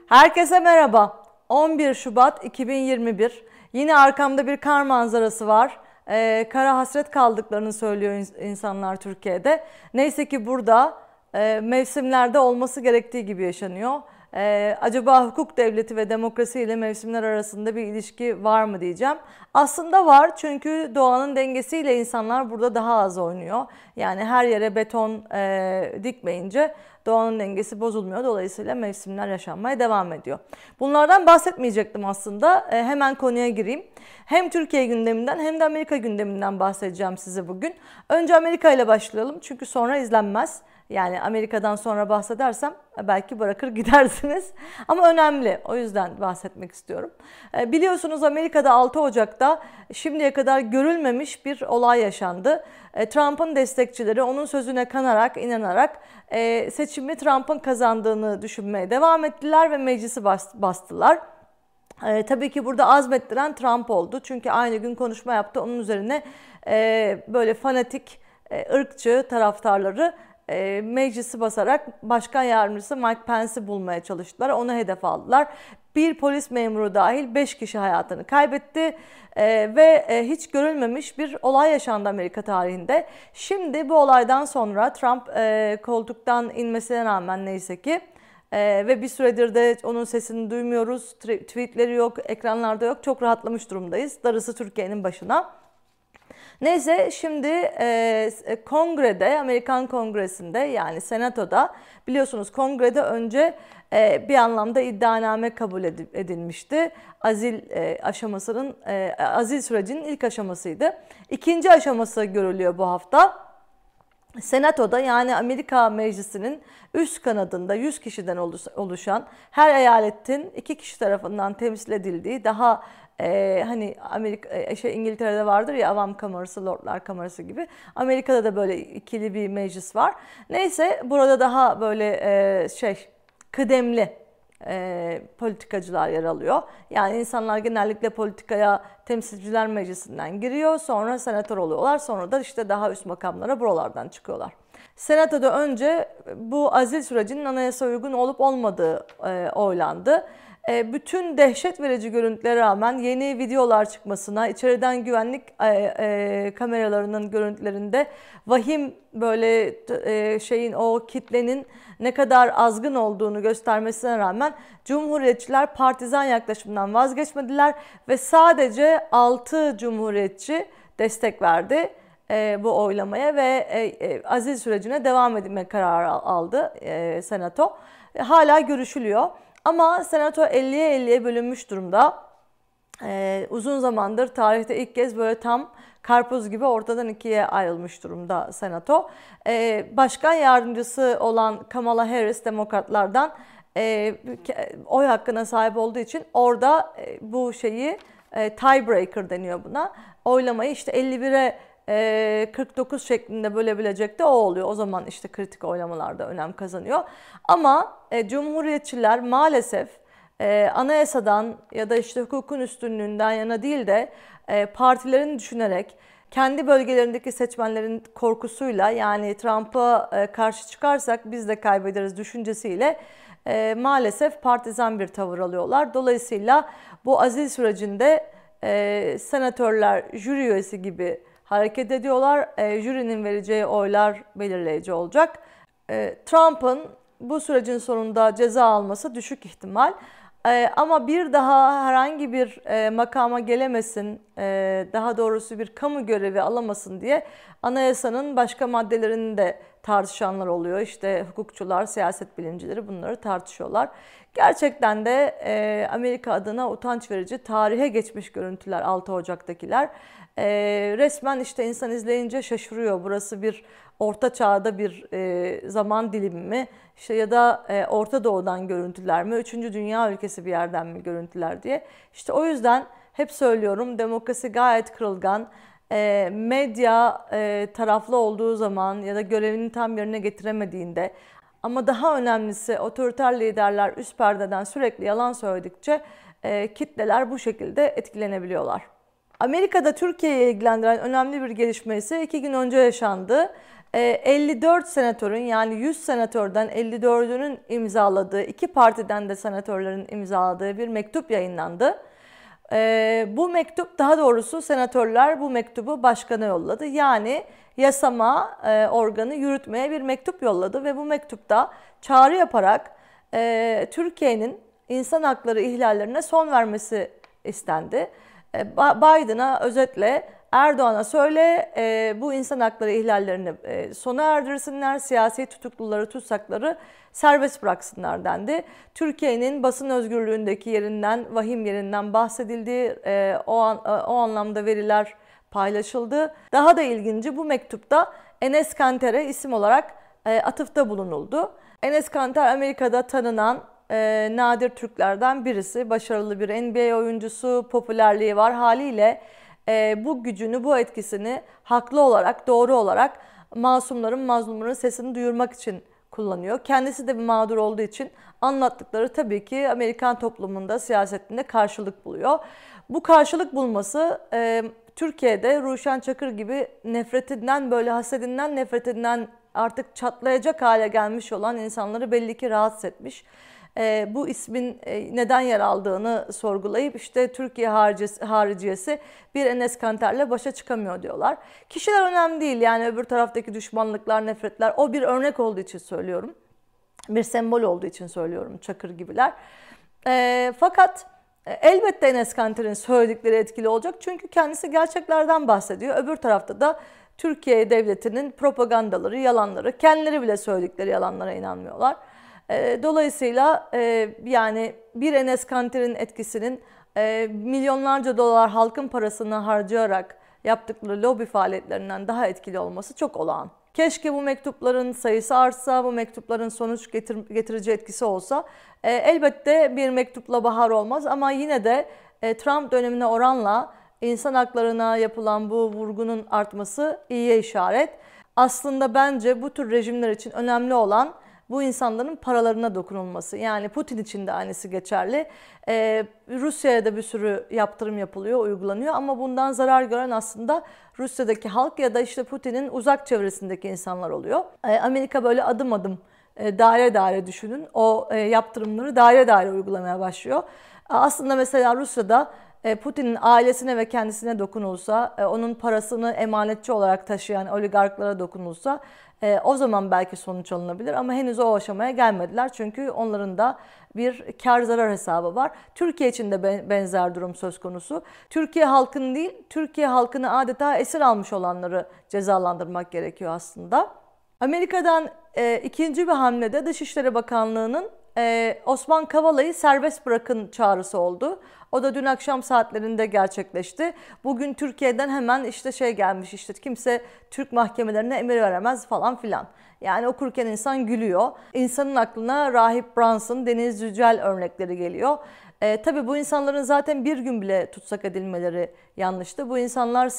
Herkese merhaba. 11 Şubat 2021. Yine arkamda bir kar manzarası var. Kara hasret kaldıklarını söylüyor insanlar Türkiye'de. Neyse ki burada mevsimlerde olması gerektiği gibi yaşanıyor. Acaba hukuk devleti ve demokrasi ile mevsimler arasında bir ilişki var mı diyeceğim. Aslında var, çünkü doğanın dengesiyle insanlar burada daha az oynuyor. Yani her yere beton dikmeyince doğanın dengesi bozulmuyor. Dolayısıyla mevsimler yaşanmaya devam ediyor. Bunlardan bahsetmeyecektim aslında. Hemen konuya gireyim. Hem Türkiye gündeminden hem de Amerika gündeminden bahsedeceğim size bugün. Önce Amerika ile başlayalım, çünkü sonra izlenmez. Yani Amerika'dan sonra bahsedersem belki bırakır gidersiniz. Ama önemli. O yüzden bahsetmek istiyorum. Biliyorsunuz Amerika'da 6 Ocak'ta şimdiye kadar görülmemiş bir olay yaşandı. Trump'ın destekçileri onun sözüne kanarak, inanarak seçimi Trump'ın kazandığını düşünmeye devam ettiler ve meclisi bastılar. Tabii ki burada azmettiren Trump oldu. Çünkü aynı gün konuşma yaptı. Onun üzerine böyle fanatik, ırkçı taraftarları meclisi basarak başkan yardımcısı Mike Pence'i bulmaya çalıştılar. Onu hedef aldılar. Bir polis memuru dahil 5 kişi hayatını kaybetti ve hiç görülmemiş bir olay yaşandı Amerika tarihinde. Şimdi bu olaydan sonra Trump koltuktan inmesine rağmen neyse ki ve bir süredir de onun sesini duymuyoruz. Tweetleri yok, ekranlarda yok. Çok rahatlamış durumdayız. Darısı Türkiye'nin başına. Neyse şimdi kongrede, Amerikan Kongresi'nde, yani Senato'da, biliyorsunuz kongrede önce bir anlamda iddianame kabul edilmişti. Azil sürecinin ilk aşamasıydı. İkinci aşaması görülüyor bu hafta. Senato'da, yani Amerika Meclisi'nin üst kanadında 100 kişiden oluşan, her eyaletin 2 kişi tarafından temsil edildiği, daha hani İngiltere'de vardır ya Avam Kamerası, Lordlar Kamerası gibi. Amerika'da da böyle ikili bir meclis var. Neyse burada daha böyle kıdemli politikacılar yer alıyor. Yani insanlar genellikle politikaya Temsilciler Meclisi'nden giriyor, sonra senatör oluyorlar, sonra da işte daha üst makamlara buralardan çıkıyorlar. Senato'da önce bu azil sürecinin anayasaya uygun olup olmadığı oylandı. Bütün dehşet verici görüntülere rağmen yeni videolar çıkmasına, içeriden güvenlik kameralarının görüntülerinde vahim böyle o kitlenin ne kadar azgın olduğunu göstermesine rağmen Cumhuriyetçiler partizan yaklaşımdan vazgeçmediler ve sadece 6 Cumhuriyetçi destek verdi bu oylamaya ve azil sürecine devam etme kararı aldı Senato. Hala görüşülüyor. Ama Senato 50'ye 50'ye bölünmüş durumda. Uzun zamandır tarihte ilk kez böyle tam karpuz gibi ortadan ikiye ayrılmış durumda Senato. Başkan yardımcısı olan Kamala Harris Demokratlardan oy hakkına sahip olduğu için orada bu tiebreaker deniyor buna. Oylamayı işte 51'e 49 şeklinde bölebilecek de o oluyor. O zaman işte kritik oylamalarda önem kazanıyor. Ama Cumhuriyetçiler maalesef anayasadan ya da işte hukukun üstünlüğünden yana değil de partilerini düşünerek, kendi bölgelerindeki seçmenlerin korkusuyla, yani Trump'a karşı çıkarsak biz de kaybederiz düşüncesiyle maalesef partizan bir tavır alıyorlar. Dolayısıyla bu azil sürecinde senatörler jüri üyesi gibi hareket ediyorlar. Jürinin vereceği oylar belirleyici olacak. Trump'ın bu sürecin sonunda ceza alması düşük ihtimal. Ama bir daha herhangi bir makama gelemesin, daha doğrusu bir kamu görevi alamasın diye anayasanın başka maddelerini de tartışanlar oluyor. İşte hukukçular, siyaset bilimcileri bunları tartışıyorlar. Gerçekten de Amerika adına utanç verici, tarihe geçmiş görüntüler 6 Ocak'takiler. Resmen işte insan izleyince şaşırıyor. Burası bir Orta Çağ'da bir zaman dilimi mi? İşte ya da Orta Doğu'dan görüntüler mi? 3. Dünya ülkesi bir yerden mi görüntüler diye. İşte o yüzden hep söylüyorum, demokrasi gayet kırılgan. Medya taraflı olduğu zaman ya da görevini tam yerine getiremediğinde, ama daha önemlisi otoriter liderler üst perdeden sürekli yalan söyledikçe kitleler bu şekilde etkilenebiliyorlar. Amerika'da Türkiye'yi ilgilendiren önemli bir gelişme ise 2 gün önce yaşandı. 54 senatörün, yani 100 senatörden 54'ünün imzaladığı, iki partiden de senatörlerin imzaladığı bir mektup yayınlandı. Bu mektup, daha doğrusu senatörler bu mektubu başkana yolladı. Yani yasama organı yürütmeye bir mektup yolladı ve bu mektupta çağrı yaparak Türkiye'nin insan hakları ihlallerine son vermesi istendi. Biden'a, özetle Erdoğan'a söyle bu insan hakları ihlallerini sona erdirsinler, siyasi tutukluları, tutsakları serbest bıraksınlar dendi. Türkiye'nin basın özgürlüğündeki yerinden, vahim yerinden bahsedildi. O anlamda veriler paylaşıldı. Daha da ilginci, bu mektupta Enes Kanter'e isim olarak atıfta bulunuldu. Enes Kanter Amerika'da tanınan nadir Türklerden birisi. Başarılı bir NBA oyuncusu, popülerliği var. Haliyle bu gücünü, bu etkisini haklı olarak, doğru olarak masumların, mazlumların sesini duyurmak için kullanıyor. Kendisi de bir mağdur olduğu için anlattıkları tabii ki Amerikan toplumunda, siyasetinde karşılık buluyor. Bu karşılık bulması Türkiye'de Ruşen Çakır gibi nefretinden, böyle hasedinden, nefretinden artık çatlayacak hale gelmiş olan insanları belli ki rahatsız etmiş. Bu ismin neden yer aldığını sorgulayıp işte Türkiye hariciyesi bir Enes Kanter'le başa çıkamıyor diyorlar. Kişiler önemli değil, yani öbür taraftaki düşmanlıklar, nefretler, o bir örnek olduğu için söylüyorum. Bir sembol olduğu için söylüyorum, Çakır gibiler. Fakat elbette Enes Kanter'in söyledikleri etkili olacak çünkü kendisi gerçeklerden bahsediyor. Öbür tarafta da Türkiye devletinin propagandaları, yalanları, kendileri bile söyledikleri yalanlara inanmıyorlar. Dolayısıyla yani bir Enes Kanter'in etkisinin milyonlarca dolar halkın parasını harcayarak yaptıkları lobi faaliyetlerinden daha etkili olması çok olağan. Keşke bu mektupların sayısı artsa, bu mektupların sonuç getirici etkisi olsa. Elbette bir mektupla bahar olmaz ama yine de Trump dönemine oranla insan haklarına yapılan bu vurgunun artması iyiye işaret. Aslında bence bu tür rejimler için önemli olan bu insanların paralarına dokunulması. Yani Putin için de aynısı geçerli. Rusya'ya da bir sürü yaptırım yapılıyor, uygulanıyor ama bundan zarar gören aslında Rusya'daki halk ya da işte Putin'in uzak çevresindeki insanlar oluyor. Amerika böyle adım adım, daire daire düşünün. O yaptırımları daire daire uygulamaya başlıyor. Aslında mesela Rusya'da Putin'in ailesine ve kendisine dokunulsa, onun parasını emanetçi olarak taşıyan oligarklara dokunulsa o zaman belki sonuç alınabilir ama henüz o aşamaya gelmediler. Çünkü onların da bir kar zarar hesabı var. Türkiye için de benzer durum söz konusu. Türkiye halkını değil, Türkiye halkını adeta esir almış olanları cezalandırmak gerekiyor aslında. Amerika'dan ikinci bir hamlede Dışişleri Bakanlığı'nın Osman Kavala'yı serbest bırakın çağrısı oldu. O da dün akşam saatlerinde gerçekleşti. Bugün Türkiye'den hemen işte gelmiş, işte kimse Türk mahkemelerine emir veremez falan filan. Yani okurken insan gülüyor. İnsanın aklına Rahip Brunson, Deniz Yücel örnekleri geliyor. Tabii bu insanların zaten bir gün bile tutsak edilmeleri yanlıştı. Bu insanlar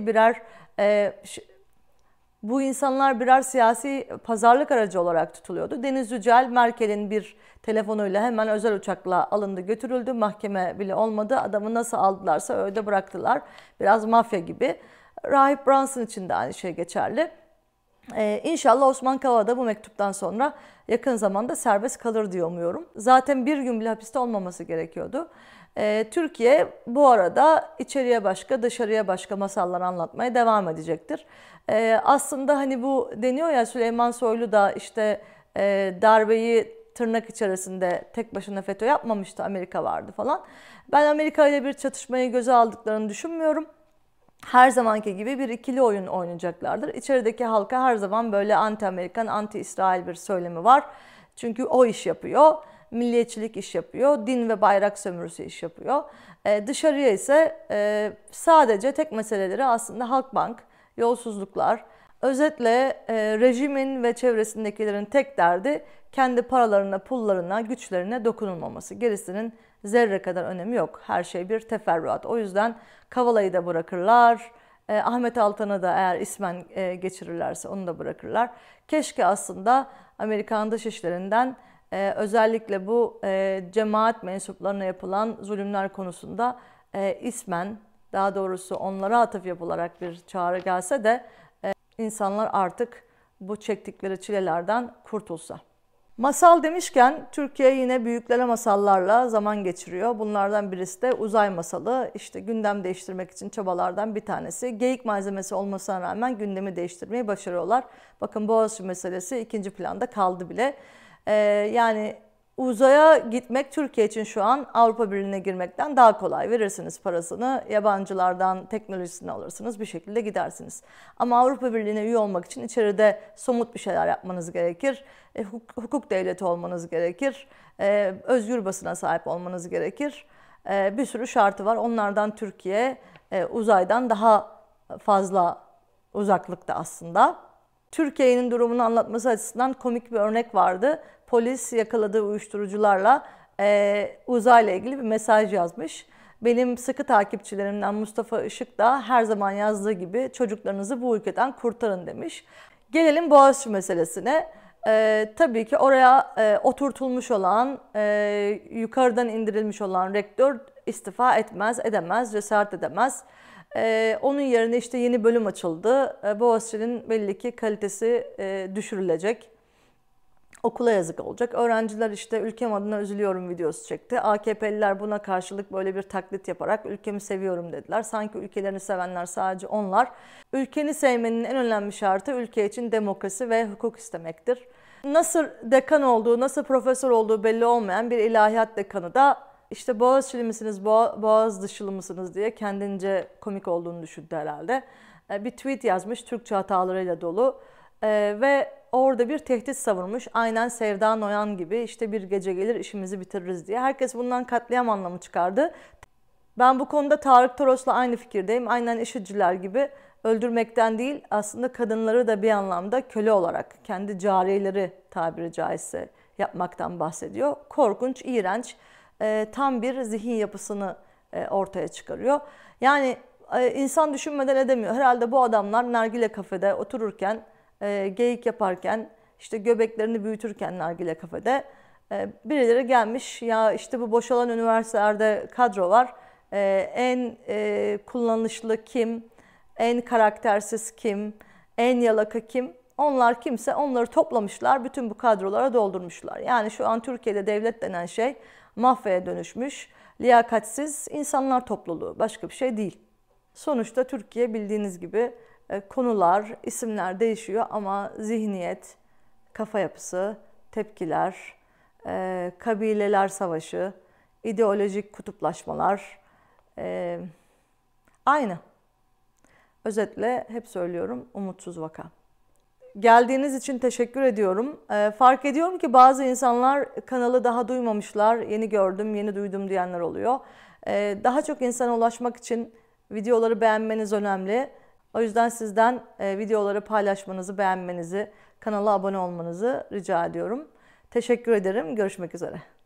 birer siyasi pazarlık aracı olarak tutuluyordu. Deniz Yücel, Merkel'in bir telefonuyla hemen özel uçakla alındı, götürüldü. Mahkeme bile olmadı. Adamı nasıl aldılarsa öyle bıraktılar. Biraz mafya gibi. Rahip Brunson için de aynı şey geçerli. İnşallah Osman Kavala da bu mektuptan sonra yakın zamanda serbest kalır diye umuyorum. Zaten bir gün bile hapiste olmaması gerekiyordu. Türkiye bu arada içeriye başka, dışarıya başka masallar anlatmaya devam edecektir. Aslında hani bu deniyor ya, Süleyman Soylu da işte darbeyi tırnak içerisinde tek başına FETÖ yapmamıştı, Amerika vardı falan. Ben Amerika ile bir çatışmayı göze aldıklarını düşünmüyorum. Her zamanki gibi bir ikili oyun oynayacaklardır. İçerideki halka her zaman böyle anti-Amerikan, anti-İsrail bir söylemi var. Çünkü o iş yapıyor. Milliyetçilik iş yapıyor. Din ve bayrak sömürüsü iş yapıyor. Dışarıya ise sadece tek meseleleri aslında Halkbank, yolsuzluklar. Özetle rejimin ve çevresindekilerin tek derdi kendi paralarına, pullarına, güçlerine dokunulmaması. Gerisinin zerre kadar önemi yok. Her şey bir teferruat. O yüzden Kavala'yı da bırakırlar. Ahmet Altan'ı da eğer ismen geçirirlerse onu da bırakırlar. Keşke aslında Amerikan Dışişleri'nden özellikle bu cemaat mensuplarına yapılan zulümler konusunda ismen, daha doğrusu onlara atıf yapılarak bir çağrı gelse de insanlar artık bu çektikleri çilelerden kurtulsa. Masal demişken Türkiye yine büyüklere masallarla zaman geçiriyor. Bunlardan birisi de uzay masalı. İşte gündem değiştirmek için çabalardan bir tanesi. Geyik malzemesi olmasına rağmen gündemi değiştirmeyi başarıyorlar. Bakın Boğaziçi meselesi ikinci planda kaldı bile. Yani uzaya gitmek Türkiye için şu an Avrupa Birliği'ne girmekten daha kolay. Verirsiniz parasını, yabancılardan teknolojisini alırsınız, bir şekilde gidersiniz. Ama Avrupa Birliği'ne üye olmak için içeride somut bir şeyler yapmanız gerekir. Hukuk devleti olmanız gerekir. Özgür basına sahip olmanız gerekir. Bir sürü şartı var. Onlardan Türkiye uzaydan daha fazla uzaklıkta aslında. Türkiye'nin durumunu anlatması açısından komik bir örnek vardı. Polis yakaladığı uyuşturucularla uzayla ilgili bir mesaj yazmış. Benim sıkı takipçilerimden Mustafa Işık da her zaman yazdığı gibi çocuklarınızı bu ülkeden kurtarın demiş. Gelelim Boğaziçi meselesine. Tabii ki oraya oturtulmuş olan, yukarıdan indirilmiş olan rektör istifa etmez, edemez, cesaret edemez. Onun yerine işte yeni bölüm açıldı. Boğaziçi'nin belli ki kalitesi düşürülecek. Okula yazık olacak. Öğrenciler işte ülkem adına üzülüyorum videosu çekti. AKP'liler buna karşılık böyle bir taklit yaparak ülkemi seviyorum dediler. Sanki ülkelerini sevenler sadece onlar. Ülkeni sevmenin en önemli şartı ülke için demokrasi ve hukuk istemektir. Nasıl dekan olduğu, nasıl profesör olduğu belli olmayan bir ilahiyat dekanı da işte Boğaziçi'li misiniz, Boğaz dışılı mısınız diye kendince komik olduğunu düşündü herhalde. Bir tweet yazmış Türkçe hatalarıyla dolu ve orada bir tehdit savurmuş. Aynen Sevda Noyan gibi işte bir gece gelir işimizi bitiririz diye. Herkes bundan katliam anlamı çıkardı. Ben bu konuda Tarık Toros'la aynı fikirdeyim. Aynen IŞİD'ciler gibi öldürmekten değil aslında kadınları da bir anlamda köle olarak kendi cariyeleri tabiri caizse yapmaktan bahsediyor. Korkunç, iğrenç, tam bir zihin yapısını ortaya çıkarıyor. Yani insan düşünmeden edemiyor. Herhalde bu adamlar nargile kafede otururken, geyik yaparken, işte göbeklerini büyütürken nargile kafede birileri gelmiş. Ya işte bu boşalan üniversitelerde kadro var. En kullanışlı kim, en karaktersiz kim, en yalaka kim? Onlar kimse onları toplamışlar, bütün bu kadrolara doldurmuşlar. Yani şu an Türkiye'de devlet denen şey mafyaya dönüşmüş, liyakatsiz insanlar topluluğu, başka bir şey değil. Sonuçta Türkiye bildiğiniz gibi konular, isimler değişiyor ama zihniyet, kafa yapısı, tepkiler, kabileler savaşı, ideolojik kutuplaşmalar aynı. Özetle hep söylüyorum, umutsuz vaka. Geldiğiniz için teşekkür ediyorum. Fark ediyorum ki bazı insanlar kanalı daha duymamışlar, yeni gördüm, yeni duydum diyenler oluyor. Daha çok insana ulaşmak için videoları beğenmeniz önemli. O yüzden sizden videoları paylaşmanızı, beğenmenizi, kanala abone olmanızı rica ediyorum. Teşekkür ederim. Görüşmek üzere.